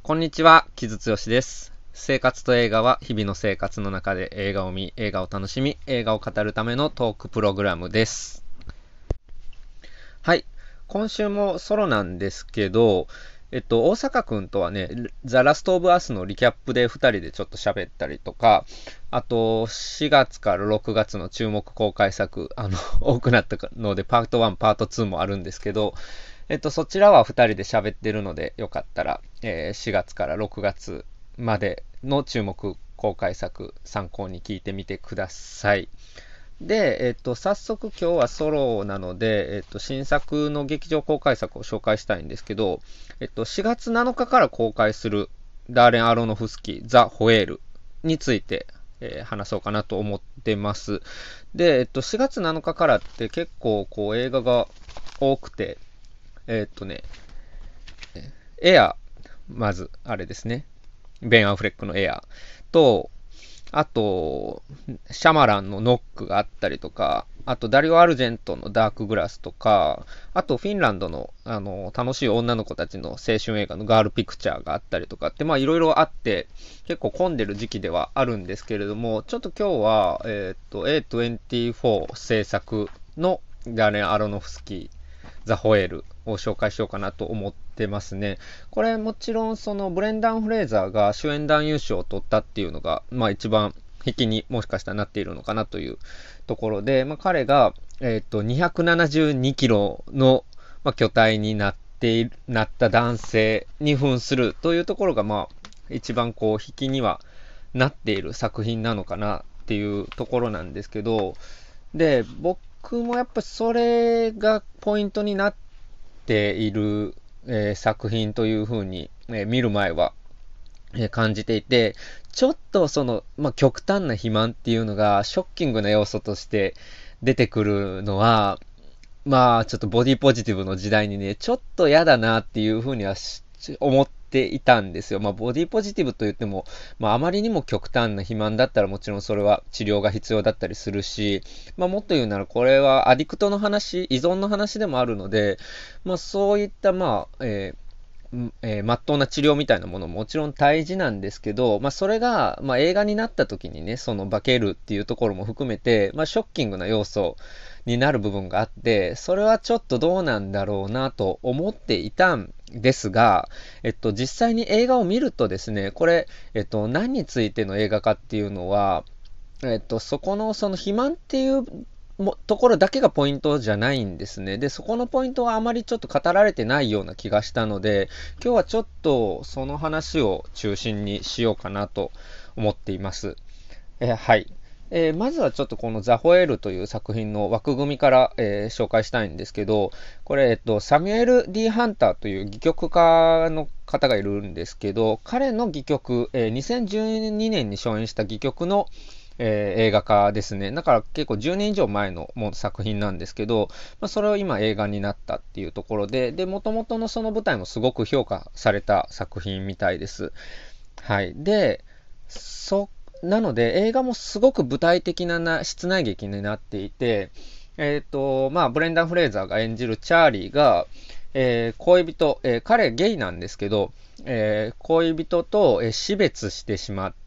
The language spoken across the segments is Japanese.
こんにちは、木津剛です。生活と映画は日々の生活の中で映画を見、映画を楽しみ、映画を語るためのトークプログラムです。はい。今週もソロなんですけど、大阪くんとはね、ザ・ラスト・オブ・アスのリキャップで2人でちょっと喋ったりとか、あと、4月から6月の注目公開作、多くなったので、パート1、パート2もあるんですけど、そちらは2人で喋ってるので、よかったら、4月から6月までの注目公開作、参考に聞いてみてください。で、早速今日はソロなので、新作の劇場公開作を紹介したいんですけど、4月7日から公開するダーレン・アロノフスキー、ザ・ホエールについて、話そうかなと思ってます。で、4月7日からって結構こう映画が多くて、えっとね、エア、まず、あれですね。ベン・アフレックのエアと、あと、シャマランのノックがあったりとか、あとダリオ・アルジェントのダークグラスとか、あとフィンランドの、楽しい女の子たちの青春映画のガールピクチャーがあったりとかって、まあいろいろあって、結構混んでる時期ではあるんですけれども、ちょっと今日は、A24 制作のダーレン・アロノフスキー、ザ・ホエールを紹介しようかなと思ってますね。これもちろんそのブレンダン・フレイザーが主演男優賞を取ったっていうのが、まあ一番引きにもしかしたらなっているのかなというところで、まあ彼が、272キロの、まあ、巨体になった男性に扮するというところが、まあ一番こう引きにはなっている作品なのかなっていうところなんですけど、で、僕もやっぱそれがポイントになっている、作品というふうに、見る前は、感じていて、ちょっとその、まあ、極端な肥満っていうのがショッキングな要素として出てくるのは、まあ、ちょっとボディポジティブの時代にね、ちょっと嫌だなっていうふうには思っていたんですよ。まあ、ボディポジティブと言っても、まあ、あまりにも極端な肥満だったらもちろんそれは治療が必要だったりするし、まあ、もっと言うならこれはアディクトの話、依存の話でもあるので、まあ、そういった、まあ、まっとうな治療みたいなものももちろん大事なんですけど、まあ、それが、まあ、映画になった時にね、その化けるっていうところも含めて、まあ、ショッキングな要素になる部分があって、それはちょっとどうなんだろうなと思っていたんですが、実際に映画を見るとですね、これ、何についての映画かっていうのは、そこの、その肥満っていうところだけがポイントじゃないんですね。で、そこのポイントはあまりちょっと語られてないような気がしたので、今日はちょっとその話を中心にしようかなと思っています。はい。まずはちょっとこのザ・ホエールという作品の枠組みから、紹介したいんですけど、これ、サミュエル・ D・ ハンターという戯曲家の方がいるんですけど、彼の戯曲、2012年に初演した戯曲の、映画化ですね。だから結構10年以上前の作品なんですけど、まあ、それを今映画になったっていうところで、で、元々のその舞台もすごく評価された作品みたいです。はい。で、なので映画もすごく舞台的な室内劇になっていて、まあ、ブレンダン・フレイザーが演じるチャーリーが、恋人、彼ゲイなんですけど、恋人と、死別してしまって、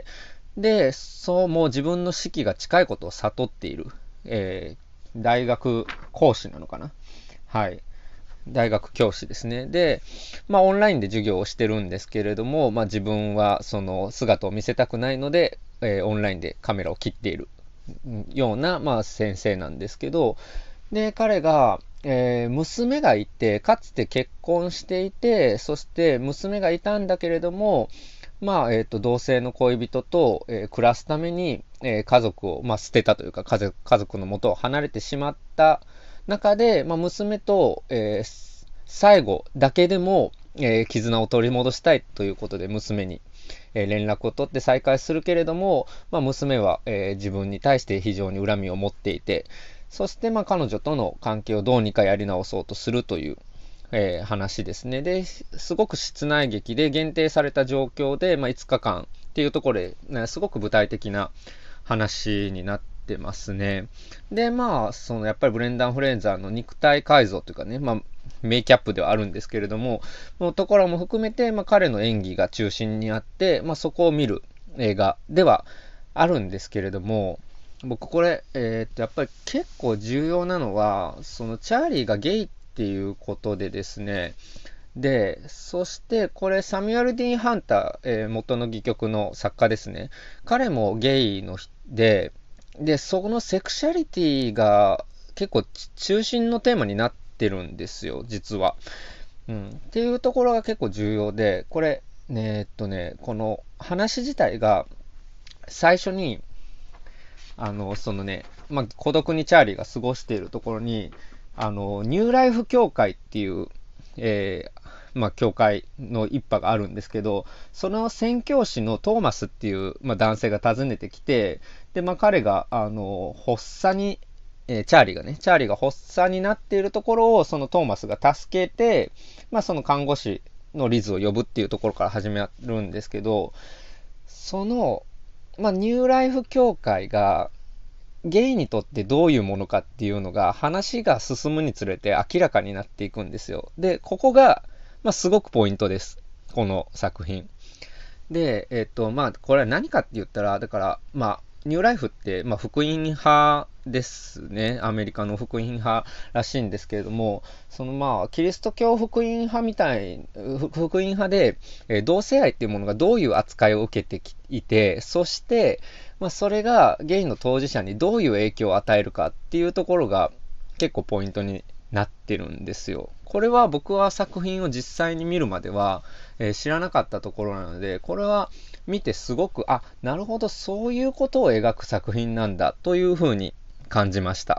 で、そう、もう自分の死期が近いことを悟っている、大学講師なのかな。はい。大学教師ですね。で、まあオンラインで授業をしてるんですけれども、まあ自分はその姿を見せたくないので、オンラインでカメラを切っているような、まあ先生なんですけど、で、彼が、娘がいて、かつて結婚していて、そして娘がいたんだけれども、まあ、同性の恋人と、暮らすために、家族を、まあ、捨てたというか、家族の元を離れてしまった中で、まあ、娘と、最後だけでも、絆を取り戻したいということで、娘に、連絡を取って再会するけれども、まあ、娘は、自分に対して非常に恨みを持っていて、そして、まあ、彼女との関係をどうにかやり直そうとするという、話ですね。で、すごく室内劇で限定された状況で、まあ、5日間っていうところで、ね、すごく具体的な話になってますね。で、まあ、その、やっぱりブレンダン・フレイザーの肉体改造というかね、まあ、 メイキャップではあるんですけれども、のところも含めて、彼の演技が中心にあって、そこを見る映画ではあるんですけれども、僕これ、やっぱり結構重要なのは、そのチャーリーがゲイっていうことでですね、で、そしてこれサミュエル・ディーン・ハンター、元の戯曲の作家ですね。彼もゲイので、そのセクシャリティが結構中心のテーマになってるんですよ、実は。っていうところが結構重要で、これ、この話自体が最初に、孤独にチャーリーが過ごしているところに、ニューライフ協会っていう、教会の一派があるんですけど、その宣教師のトーマスっていう、男性が訪ねてきて、で、彼が、発作に、チャーリーが発作になっているところを、そのトーマスが助けて、その看護師のリズを呼ぶっていうところから始めるんですけど、その、ニューライフ協会が、ゲイにとってどういうものかっていうのが話が進むにつれて明らかになっていくんですよ。で、ここが、すごくポイントです。この作品。で、これは何かって言ったら、だから、ニューライフって、福音派ですね。アメリカの福音派らしいんですけれども、そのキリスト教福音派みたい、福音派で、同性愛っていうものがどういう扱いを受けていて、そして、それがゲイの当事者にどういう影響を与えるかっていうところが結構ポイントになってるんですよ。これは僕は作品を実際に見るまでは、知らなかったところなので、これは見てすごく、なるほど、そういうことを描く作品なんだというふうに感じました。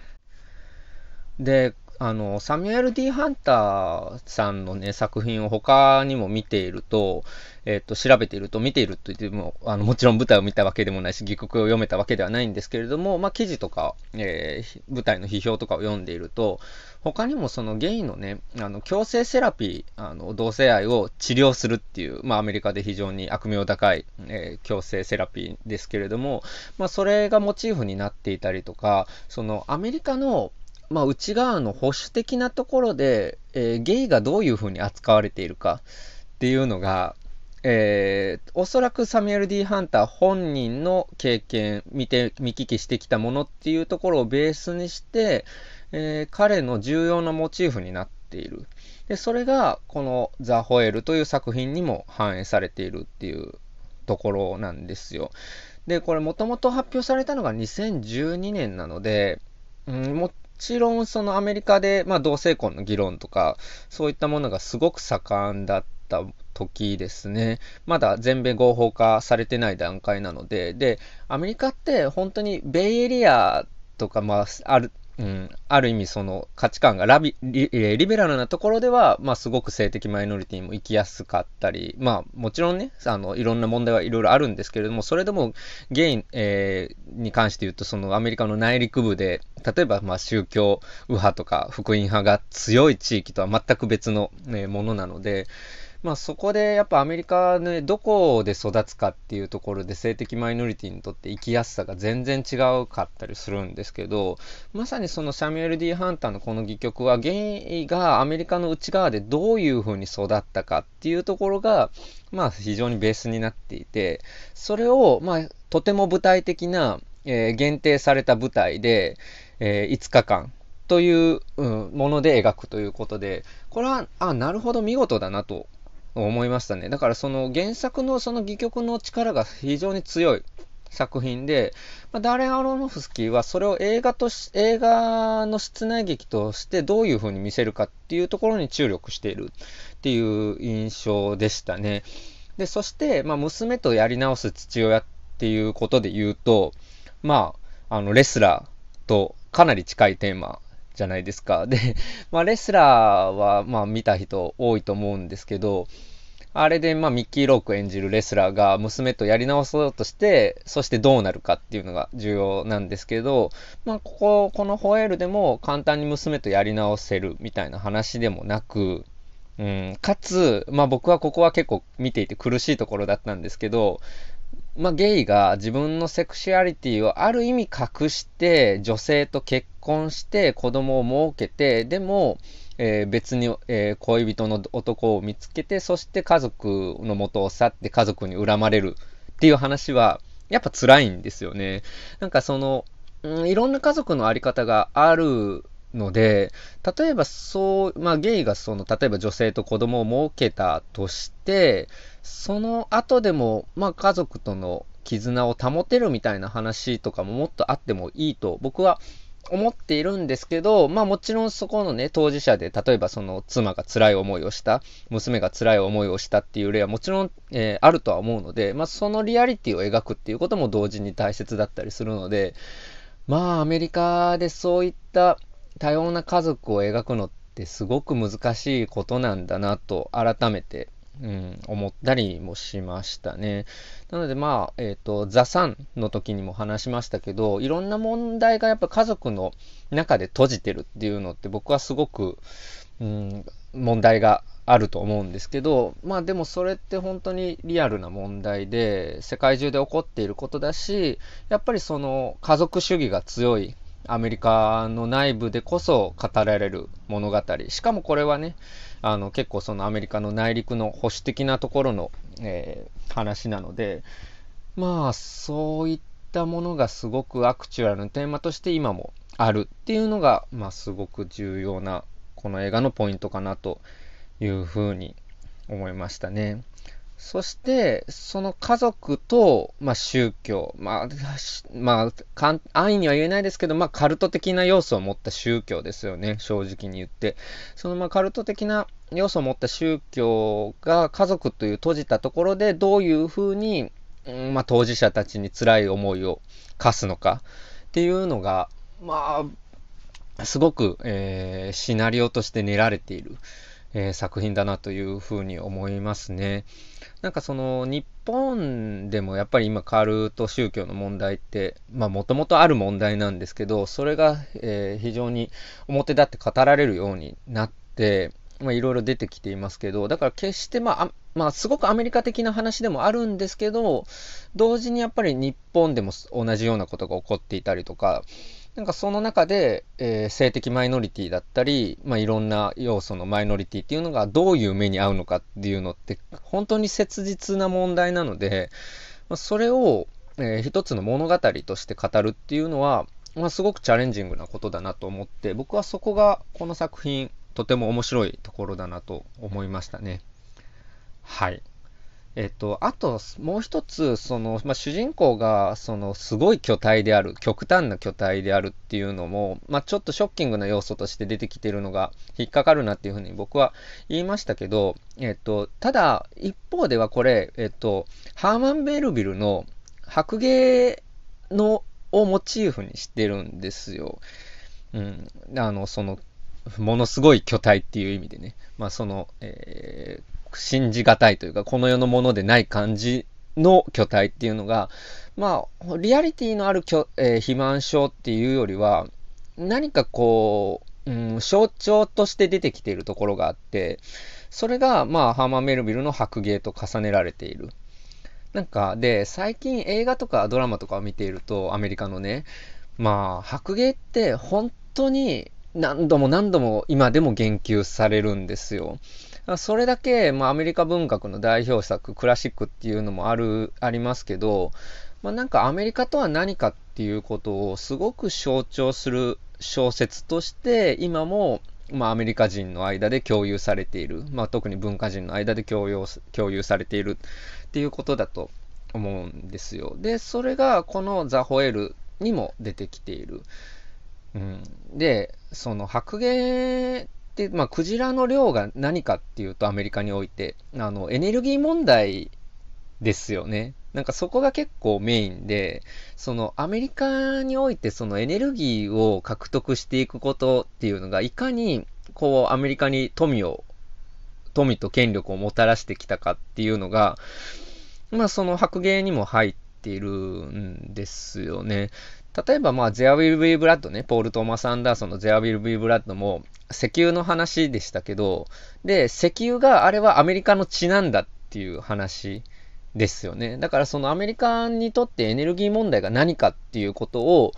で、サミュエル・ディ・ハンターさんのね、作品を他にも見ていると、調べていると、見ていると言っても、もちろん舞台を見たわけでもないし、戯曲を読めたわけではないんですけれども、記事とか、舞台の批評とかを読んでいると、他にもそのゲイのね、強制セラピー、同性愛を治療するっていう、アメリカで非常に悪名高い、強制セラピーですけれども、それがモチーフになっていたりとか、そのアメリカの内側の保守的なところで、ゲイがどういうふうに扱われているかっていうのが、おそらくサミュエル・ディ・ハンター本人の経験、見聞きしてきたものっていうところをベースにして、彼の重要なモチーフになっている。で、それがこのザ・ホエールという作品にも反映されているっていうところなんですよ。で、これもともと発表されたのが2012年なので、もちろんそのアメリカで、同性婚の議論とか、そういったものがすごく盛んだった時ですね。まだ全米合法化されてない段階なので、で、アメリカって本当にベイエリアとか、ある意味その価値観がリベラルなところでは、すごく性的マイノリティも生きやすかったり、もちろんね、いろんな問題はいろいろあるんですけれども、それでもゲイ、に関して言うと、そのアメリカの内陸部で、例えば宗教右派とか福音派が強い地域とは全く別の、ものなので、そこでやっぱアメリカね、どこで育つかっていうところで性的マイノリティにとって生きやすさが全然違うかったりするんですけど、まさにそのサミュエル・ディ・ハンターのこの戯曲はゲイがアメリカの内側でどういうふうに育ったかっていうところが、非常にベースになっていて、それをとても具体的な、限定された舞台で、5日間という、もので描くということで、これは、なるほど見事だなと思いましたね。だからその原作のその戯曲の力が非常に強い作品で、ダーレン・アロノフスキーはそれを映画の室内劇としてどういう風に見せるかっていうところに注力しているっていう印象でしたね。で、そして、娘とやり直す父親っていうことで言うと、レスラーとかなり近いテーマじゃないですか。で、レスラーは、見た人多いと思うんですけど、あれで、ミッキー・ローク演じるレスラーが娘とやり直そうとして、そしてどうなるかっていうのが重要なんですけど、このホエールでも簡単に娘とやり直せるみたいな話でもなく、かつ、僕はここは結構見ていて苦しいところだったんですけど、ゲイが自分のセクシュアリティをある意味隠して、女性と結婚して子供を設けて、でも、 別に、恋人の男を見つけて、そして家族の元を去って家族に恨まれるっていう話は、やっぱ辛いんですよね。なんかいろんな家族のあり方があるので、例えばゲイが例えば女性と子供を設けたとして、その後でも、家族との絆を保てるみたいな話とかももっとあってもいいと僕は思っているんですけど、もちろんそこのね、当事者で、例えば妻が辛い思いをした、娘が辛い思いをしたっていう例はもちろん、あるとは思うので、そのリアリティを描くっていうことも同時に大切だったりするので、アメリカでそういった多様な家族を描くのってすごく難しいことなんだなと改めて、思ったりもしましたね。なのでザ・サンの時にも話しましたけど、いろんな問題がやっぱ家族の中で閉じてるっていうのって僕はすごく、問題があると思うんですけど、でもそれって本当にリアルな問題で、世界中で起こっていることだし、やっぱり家族主義が強いアメリカの内部でこそ語られる物語。しかもこれはね、結構アメリカの内陸の保守的なところの、話なので、そういったものがすごくアクチュアルなテーマとして今もあるっていうのが、すごく重要なこの映画のポイントかなというふうに思いましたね。そして、その家族と、宗教、安易には言えないですけど、カルト的な要素を持った宗教ですよね、正直に言って。カルト的な要素を持った宗教が家族という閉じたところでどういうふうに、当事者たちに辛い思いを課すのかっていうのが、すごく、シナリオとして練られている、作品だなというふうに思いますね。なんか日本でもやっぱり今カルト宗教の問題ってもともとある問題なんですけど、それが、非常に表立って語られるようになっていろいろ出てきていますけど、だから決してすごくアメリカ的な話でもあるんですけど、同時にやっぱり日本でも同じようなことが起こっていたりとか、なんかその中で、性的マイノリティだったり、いろんな要素のマイノリティっていうのがどういう目に遭うのかっていうのって本当に切実な問題なので、それを、一つの物語として語るっていうのは、すごくチャレンジングなことだなと思って、僕はそこがこの作品とても面白いところだなと思いましたね。はい。あと、もう一つ、主人公が、すごい巨体である、極端な巨体であるっていうのも、ちょっとショッキングな要素として出てきているのが、引っかかるなっていうふうに僕は言いましたけど、ただ、一方ではこれ、ハーマン・ベルビルの白芸をモチーフにしてるんですよ。ものすごい巨体っていう意味でね。信じがたいというか、この世のものでない感じの巨体っていうのが、リアリティのある肥満症っていうよりは、何か象徴として出てきているところがあって、それが、ハーマン・メルビルの白芸と重ねられている。最近映画とかドラマとかを見ていると、アメリカのね、白芸って本当に何度も何度も今でも言及されるんですよ。それだけ、アメリカ文学の代表作、クラシックっていうのもありますけど、アメリカとは何かっていうことをすごく象徴する小説として、今も、アメリカ人の間で共有されている、特に文化人の間で共有されているっていうことだと思うんですよ。で、それがこのザ・ホエールにも出てきている。で、白芸って、クジラの量が何かっていうとアメリカにおいて、エネルギー問題ですよね。そこが結構メインで、アメリカにおいてエネルギーを獲得していくことっていうのがいかにアメリカに富と権力をもたらしてきたかっていうのが、白芸にも入っているんですよね。例えばThere Will Be Blood ね、ポール・トーマス・アンダーソンの There Will Be Blood も石油の話でしたけど、で、石油があれはアメリカの血なんだっていう話ですよね。だからアメリカにとってエネルギー問題が何かっていうことを、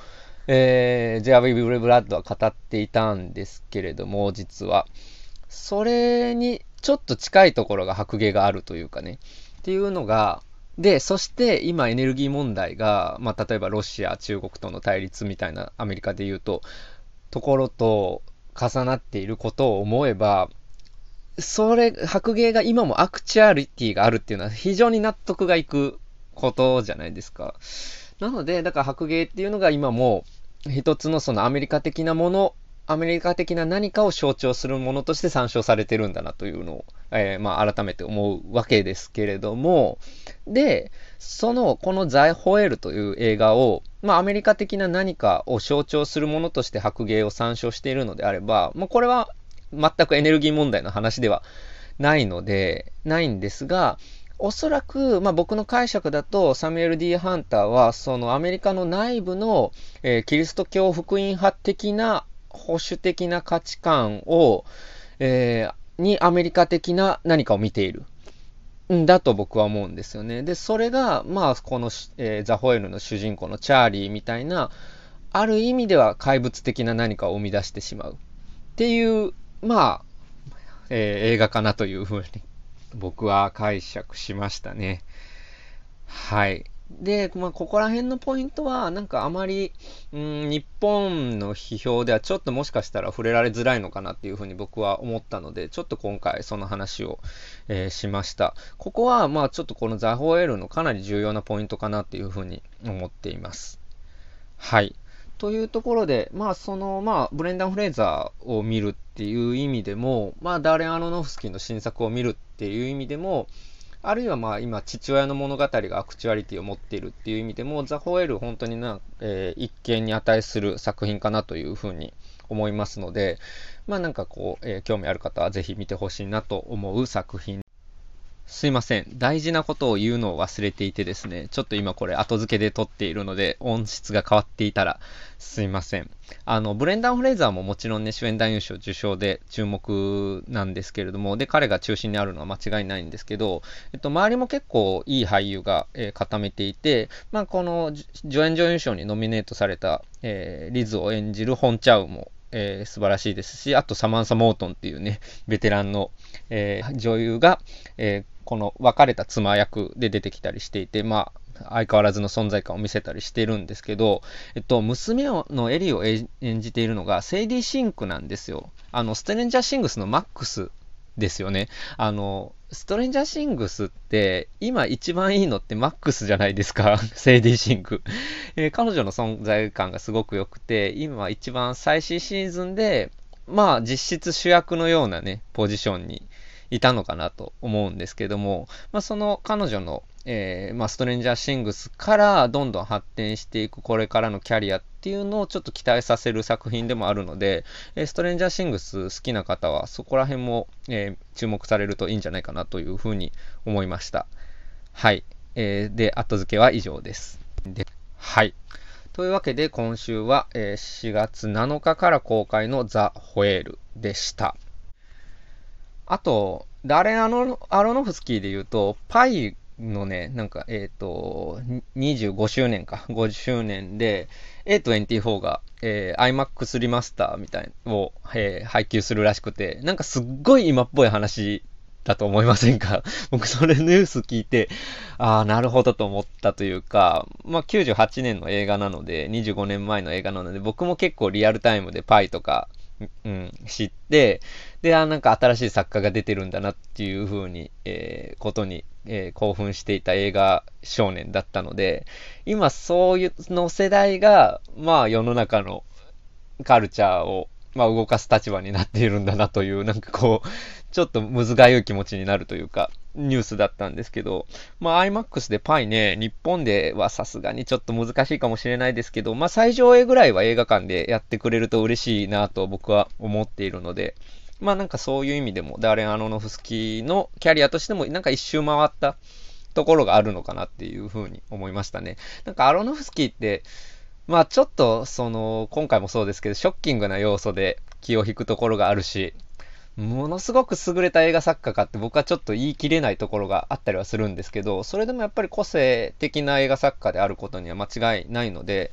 There Will Be Blood は語っていたんですけれども、実は。それにちょっと近いところが白芸があるというかね。っていうのが、で、そして今エネルギー問題が、例えばロシア、中国との対立みたいなアメリカで言うところと重なっていることを思えば、白芸が今もアクチュアリティがあるっていうのは非常に納得がいくことじゃないですか。なので、だから白芸っていうのが今も一つのそのアメリカ的なもの、アメリカ的な何かを象徴するものとして参照されてるんだなというのを、改めて思うわけですけれども、で、このザ・ホエールという映画を、アメリカ的な何かを象徴するものとして白芸を参照しているのであれば、これは全くエネルギー問題の話ではないんですが、おそらく、僕の解釈だと、サミュエル・ D ・ハンターは、そのアメリカの内部の、キリスト教福音派的な保守的な価値観を、にアメリカ的な何かを見ている。んだと僕は思うんですよね。で、それが、この、ザ・ホエールの主人公のチャーリーみたいな、ある意味では怪物的な何かを生み出してしまう。っていう、映画かなというふうに僕は解釈しましたね。はい。で、ここら辺のポイントは、なんかあまり、日本の批評ではちょっともしかしたら触れられづらいのかなっていうふうに僕は思ったので、ちょっと今回その話を、しました。ここは、ちょっとこのザ・ホエールのかなり重要なポイントかなっていうふうに思っています。はい。というところで、ブレンダン・フレイザーを見るっていう意味でも、ダーレン・アロノフスキーの新作を見るっていう意味でも、あるいは今、父親の物語がアクチュアリティを持っているっていう意味でも、ザ・ホエール本当に一見に値する作品かなというふうに思いますので、興味ある方はぜひ見てほしいなと思う作品。すいません。大事なことを言うのを忘れていてですね、ちょっと今これ後付けで撮っているので、音質が変わっていたらすいません。ブレンダン・フレイザーももちろんね、主演男優賞受賞で注目なんですけれども、で、彼が中心にあるのは間違いないんですけど、周りも結構いい俳優が、固めていて、この助演女優賞にノミネートされた、リズを演じるホン・チャウも、素晴らしいですし、あとサマンサ・モートンっていうね、ベテランの、女優が、この別れた妻役で出てきたりしていて、相変わらずの存在感を見せたりしているんですけど、娘のエリを演じているのがセイディ・シンクなんですよ。ストレンジャー・シングスのマックスですよね。ストレンジャー・シングスって、今一番いいのってマックスじゃないですか。セイディ・シンク。彼女の存在感がすごく良くて、今一番最新シーズンで、実質主役のようなね、ポジションにいたのかなと思うんですけども、その彼女の、ストレンジャーシングスからどんどん発展していくこれからのキャリアっていうのをちょっと期待させる作品でもあるので、ストレンジャーシングス好きな方はそこら辺も、注目されるといいんじゃないかなというふうに思いました。はい。で、後付けは以上です。はい。というわけで今週は、4月7日から公開のザ・ホエールでした。あと、ダーレン・アロノフスキーで言うと、パイのね、25周年か、50周年で、A24 が、IMAX リマスターみたいのを、配給するらしくて、すっごい今っぽい話だと思いませんか？僕それニュース聞いて、なるほどと思ったというか、98年の映画なので、25年前の映画なので、僕も結構リアルタイムでパイとか、知って、で、新しい作家が出てるんだなっていう風に、ことに、興奮していた映画少年だったので、今そういうの世代が、世の中のカルチャーを、動かす立場になっているんだなという、ちょっとむずがゆい気持ちになるというか、ニュースだったんですけど、IMAX でパイね、日本ではさすがにちょっと難しいかもしれないですけど、最上映ぐらいは映画館でやってくれると嬉しいなと僕は思っているので、そういう意味でも、ダーレン・アロノフスキーのキャリアとしても、一周回ったところがあるのかなっていうふうに思いましたね。アロノフスキーって、ちょっと、今回もそうですけど、ショッキングな要素で気を引くところがあるし、ものすごく優れた映画作家かって僕はちょっと言い切れないところがあったりはするんですけど、それでもやっぱり個性的な映画作家であることには間違いないので、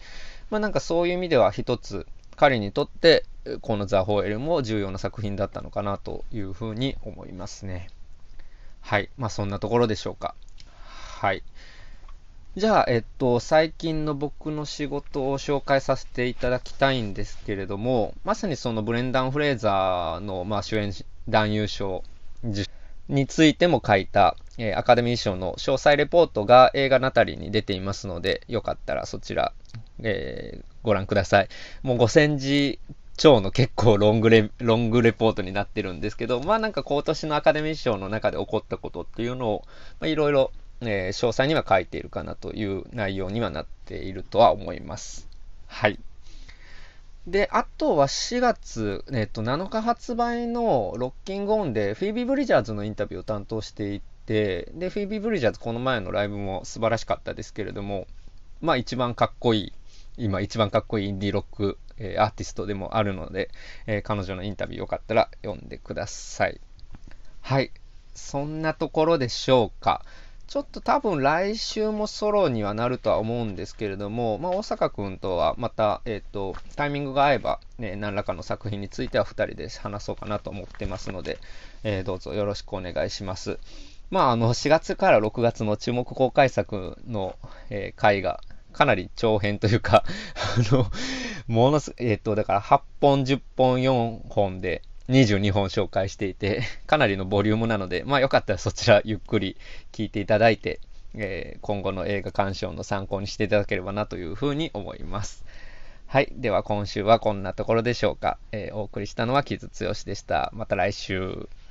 なんかそういう意味では一つ、彼にとって、このザ・ホエールも重要な作品だったのかなというふうに思いますね。はい。そんなところでしょうか。はい。じゃあ、最近の僕の仕事を紹介させていただきたいんですけれども、まさにそのブレンダン・フレイザーの、主演男優賞についても書いた、アカデミー賞の詳細レポートが映画ナタリーに出ていますので、よかったらそちら、ご覧ください。もう5000字超の結構ロングレポートになってるんですけど、なんか今年のアカデミー賞の中で起こったことっていうのを、いろいろ詳細には書いているかなという内容にはなっているとは思います。はい。で、あとは4月、7日発売のロッキングオンでフィービー・ブリジャーズのインタビューを担当していて、で、フィービー・ブリジャーズこの前のライブも素晴らしかったですけれども、一番かっこいい、今一番かっこいいインディーロック、アーティストでもあるので、彼女のインタビューよかったら読んでください。はい。そんなところでしょうか。ちょっと多分来週もソロにはなるとは思うんですけれども、大阪くんとはまた、タイミングが合えば、何らかの作品については2人で話そうかなと思ってますので、どうぞよろしくお願いします。4月から6月の注目公開作の、回が、かなり長編というかものす、だから8本、10本、4本で、22本紹介していて、かなりのボリュームなので、よかったらそちらゆっくり聞いていただいて、今後の映画鑑賞の参考にしていただければなというふうに思います。はい。では今週はこんなところでしょうか。お送りしたのは木津剛でした。また来週。